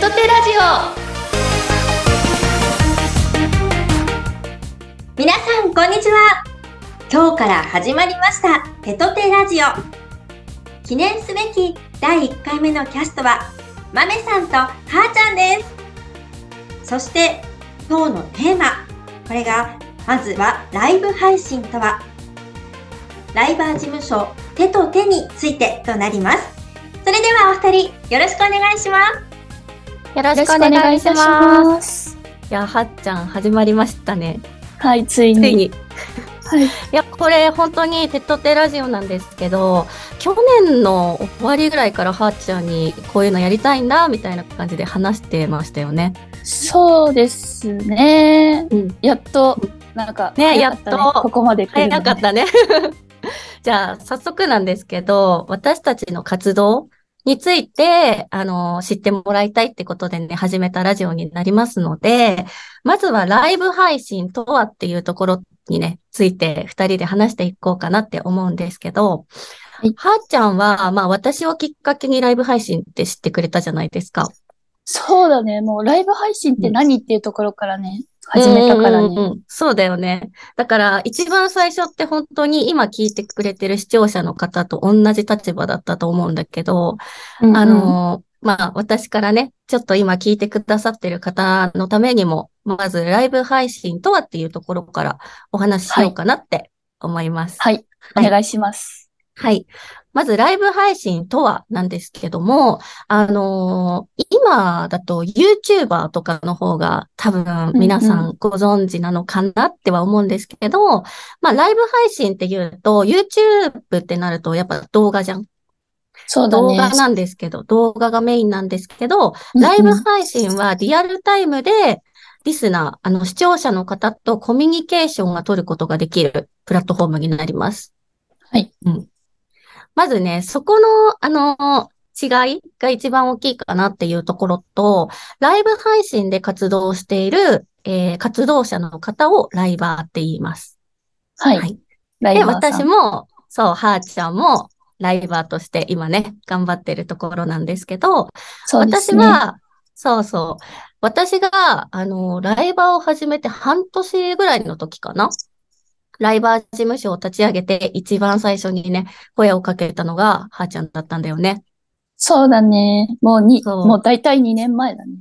トテラジオ。皆さんこんにちは。今日から始まりましたテトテラジオ。記念すべき第1回目のキャストはまめさんとはーちゃんです。そして今日のテーマ、これがまずはライブ配信とは、ライバー事務所手と手についてとなります。それではお二人よろしくお願いします。 よろしくお願いします。いや、はっちゃん始まりましたね。 はい、ついに。はい。 いや、これ本当にテトテラジオなんですけど、去年の終わりぐらいからはっちゃんにこういうのやりたいんだみたいな感じで話してましたよね。 そうですね。やっとなんかね、やっとここまで来るの早かったね。じゃあ早速なんですけど、私たちの活動について、知ってもらいたいってことでね、始めたラジオになりますので、まずはライブ配信とはっていうところにね、ついて二人で話していこうかなって思うんですけど、はっちゃんは、まあ私をきっかけにライブ配信って知ってくれたじゃないですか。 そうだね。もうライブ配信って何っていうところからね、始めたからね。 そうだよね。だから一番最初って本当に今聞いてくれてる視聴者の方と同じ立場だったと思うんだけど、まあ私からね、ちょっと今聞いてくださってる方のためにも、まずライブ配信とはっていうところからお話ししようかなって思います。 はい。お願いします。 はい。まず、ライブ配信とはなんですけども、今だと YouTuber とかの方が多分皆さんご存知なのかなっては思うんですけど、まあ、ライブ配信っていうと YouTube ってなるとやっぱ動画じゃん。 そうだね。 動画なんですけど、動画がメインなんですけど、ライブ配信はリアルタイムでリスナー、視聴者の方とコミュニケーションが取ることができるプラットフォームになります。 はい。 まずね、そこの、違いが一番大きいかなっていうところと、ライブ配信で活動している、活動者の方をライバーって言います。 はい。ライバーさん。 で、私も、そう、はーちゃんもライバーとして今ね、頑張ってるところなんですけど、 そうですね。 私は、私が、ライバーを始めて半年ぐらいの時かな。ライバー事務所を立ち上げて一番最初にね、声をかけたのがはーちゃんだったんだよね。 そうだね。もうだいたい2年前だね。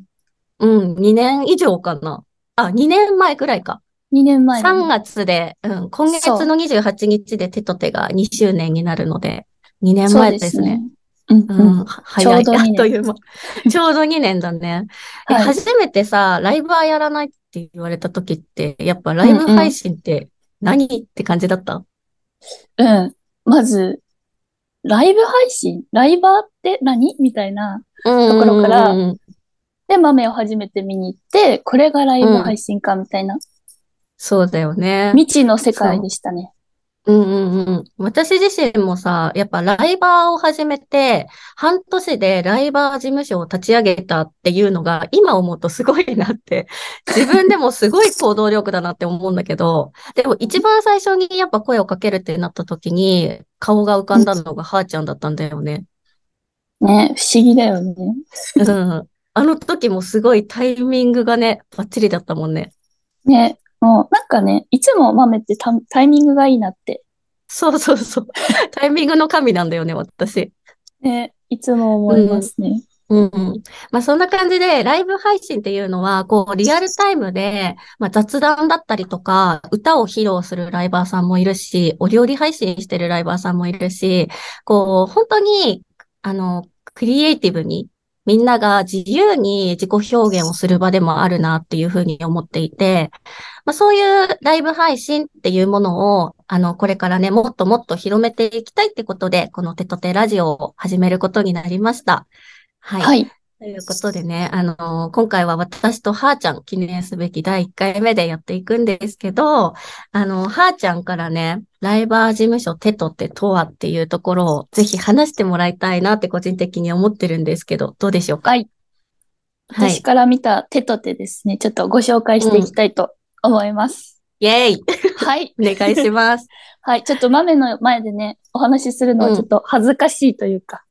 2年以上かな。2年前くらいか。 2年前だね。 3月で、今月の28日で手と手が2周年になるので、2年前ですね。早い。あっという間。ちょうど2年だね。初めてさ、ライブはやらないって言われた時って、やっぱライブ配信って何って感じだった？ まず、ライブ配信ライバーって何みたいなところから、で、豆を初めて見に行って、これがライブ配信かみたいな。 そうだよね。 未知の世界でしたね。 私自身もさ、やっぱライバーを始めて、半年でライバー事務所を立ち上げたっていうのが、今思うとすごいなって、自分でもすごい行動力だなって思うんだけど、でも一番最初にやっぱ声をかけるってなった時に、顔が浮かんだのがはーちゃんだったんだよね。 ね、不思議だよね。 あの時もすごいタイミングがね、バッチリだったもんね。 ね、もうなんかね、いつも豆ってタイミングがいいなって。 そう。タイミングの神なんだよね、私。 ね、いつも思いますね。 まあそんな感じで、ライブ配信っていうのは、こう、リアルタイムで、まあ雑談だったりとか、歌を披露するライバーさんもいるし、お料理配信してるライバーさんもいるし、こう、本当に、クリエイティブに、みんなが自由に自己表現をする場でもあるなっていうふうに思っていて、まあそういうライブ配信っていうものを、これからね、もっともっと広めていきたいってことで、このテトテラジオを始めることになりました。はい。ということでね、今回は私とはーちゃん記念すべき第1回目でやっていくんですけど、はーちゃんからね、ライバー事務所テトテとはっていうところをぜひ話してもらいたいなって個人的に思ってるんですけど、どうでしょうか？ はい。私から見たテトテですね、ちょっとご紹介していきたいと思います。 イェーイはい。 お願いします。 はい。ちょっと豆の前でね、お話しするのはちょっと恥ずかしいというか。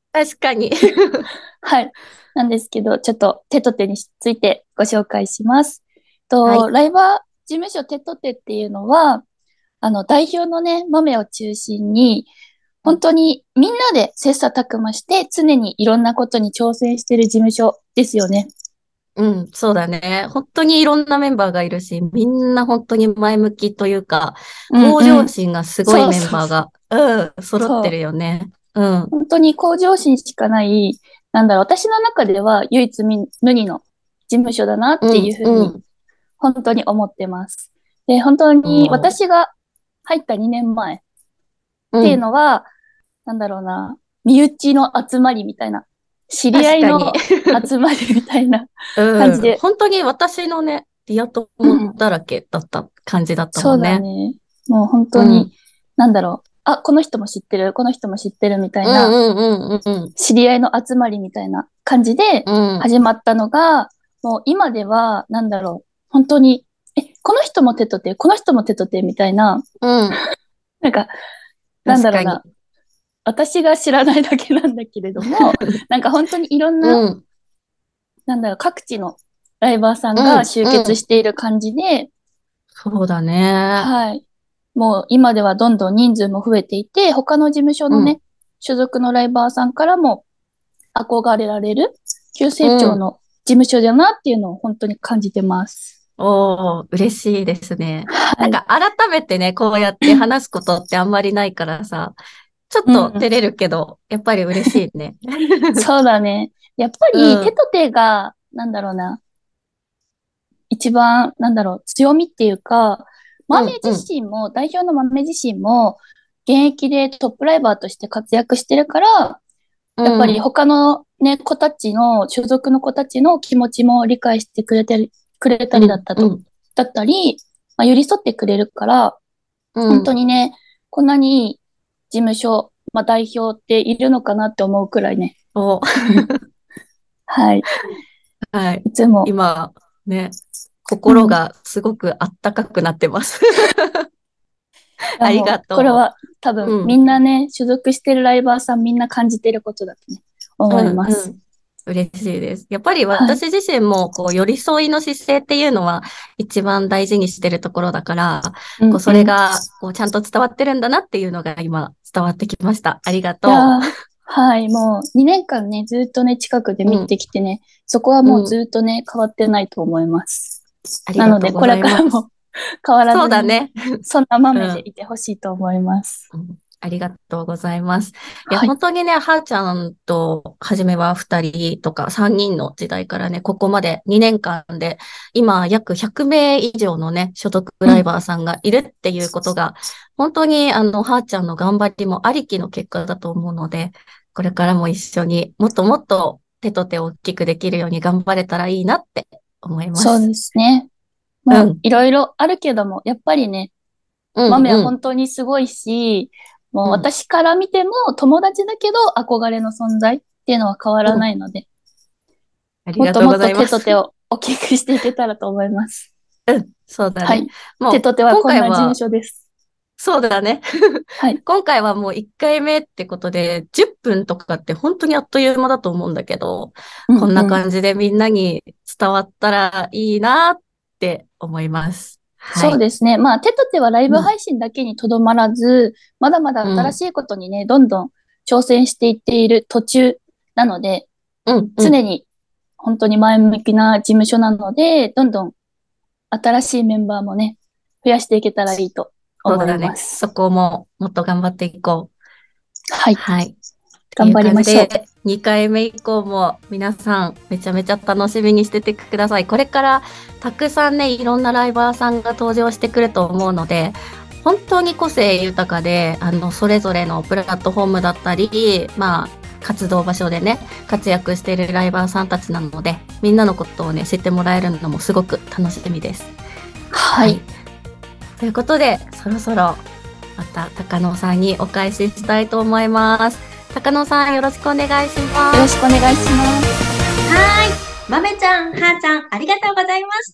確かに。 はい。なんですけど、ちょっとテトテについてご紹介します。 はい。 ライバー事務所テトテっていうのは、代表のね、豆を中心に、本当にみんなで切磋琢磨して常にいろんなことに挑戦している事務所ですよね。 うん、そうだね。本当にいろんなメンバーがいるし、みんな本当に前向きというか、 うん向うん。 上心がすごいそうメンそうそう。 バーが、揃ってるそう。 よね。うん。 本当に向上心しかない、なんだろう、私の中では唯一無二の事務所だなっていうん、 うふうにうん。 本当に思ってます。で、本当におー、 私が入った2年前っていううん。 のは、なんだろうな、身内の集まりみたいな、知り合確かに。 いの集まりみたいな感うん。 じで、 本当に私のね、リア友うん、 だらけだった感じだったもそうんね。 だね。もう本う当に、 ん。 なんだろう、あ、この人も知ってる、この人も知ってるみたうんいな、 うんうんうん知り合いの集まりみたいな感じでうん。うん。 始まったのが、もう今では、なんだろう、本当に、この人も手と手、この人も手と手みたいな、 うん。 なんか、なん確かに。 だろうな、私が知らないだけなんだけれども、なんか本当にいろんな、 うん。 なんだろう、各地のライバーさんうん。 が集うん。 結している感じで、 そうだね。 はい。もう今ではどんどん人数も増えていて、他の事務所のね、 うん。 所属のライバーさんからも憧れられる急うん。 成長の事務所だなっていうのを本当に感じてます。 おー、嬉しいですね。 はい。 なんか改めてね、こうやって話すことってあんまりないからさ、ちょっうん。 と照れるけど、やっぱり嬉しいね。 そうだね。やっぱうん。 り手と手が、なんだろうな、一番、なんだろう、強みっていうか、豆うん。うん。 自身も、代表の豆自身も、現役でトップライバーとして活躍してるから、 うやっぱりん。 他のね、子たちの、所属の子たちの気持ちも理解してくれたうん。 りだったと、 うん。 だったり、まあ、寄り添ってくれるから、本当うん。 にね、こんなにいい事務所、まあ、代表っているのかなって思うくらいね。 お、 はい。 はい。 いつも。 今、ね、 うん。い心がすごくあったかくなってます。ありやもう、これがとは多う。 分みうん。 んなね、所属してるライバーさんみんな感じてることだとね、思いうん。 ます。 うん。嬉しいです。やっぱりはい。 私自身も、こう、寄り添いの姿勢っていうのは一番大事にしてるところだから、こう、そうんうん。いれが、こう、ちゃんと伝わってるんだなっていうのが今伝わってきました。ありがとやー、はい。もう2年間ね、ずっとね、近くでう。う見ん。 てきてね、そこはもううん。 ずっとね、変わってないと思います。 ありなので、 がとうござこれいます。 からも変わらずにね、 そうだね。 そんなうん。 豆でいてほしいと思います。 うん、ありがとうございます。いや、 はい。 本当にね、はーちゃんと、初めは2人とか3人の時代からね、ここまで2年間で、今、約100名以上のね、所属うん。 ライバーさんがいるっていうことが、本当に、はーちゃんの頑張りもありきの結果だと思うので、これからも一緒にもっともっと手と手を大きくできるように頑張れたらいいなって思います。 そうですね。まあ、 うん、 いろいろあるけども、やっぱりね、 うん、 豆はうん、 本当にすごいし、もううん、 私から見ても友達だけど憧れの存在っていうのは変わらなうん。 いので、 ありもっがとうござともっと手います。 と手を大きくしていけたらと思います。 うん、そうだね。 はい。手もう、 と手は今こんな事務回は、 所です。 そうだね。 はい。 今回はもう1回目ってことで、10分とかって本当にあっという間だと思うんだけど、こんなうんうん。 感じでみんなに伝わったらいいなって思います。はい。 そうですね。まあ、手と手はライブうん、 配信だけにとどまらず、まだまだうん、 新しいことにね、どんどん挑戦していっている途中なので、 うん、うん。 常に本当に前向きな事務所なので、どんどん新しいメンバーもね、増やしていけたらいいと思いそうだね。 ます。 そこももっと頑張っていこう。 はい。 はい。って頑いう張りましょう。 感じで、2回目以降も皆さんめちゃめちゃ楽しみにしててください。これからたくさんね、いろんなライバーさんが登場してくると思うので、本当に個性豊かで、それぞれのプラットフォームだったり、まあ、活動場所でね、活躍しているライバーさんたちなので、みんなのことをね、知ってもらえるのもすごく楽しみです。はい。 はい。 ということで、そろそろまた高野さんにお返ししたいと思います。高野さんよろしくお願いしよろます。 しくお願いします。 はーい。豆ちゃん、はーちゃん、ありがとうございました。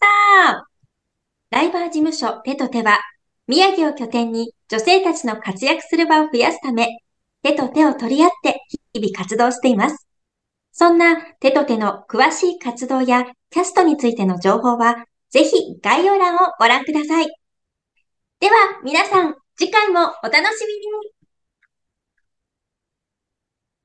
ライバー事務所手と手は、宮城を拠点に女性たちの活躍する場を増やすため、 手と手を取り合って日々活動しています。そんな手と手の詳しい活動やキャストについての情報は、ぜひ概要欄をご覧ください。では皆さん、次回もお楽しみに。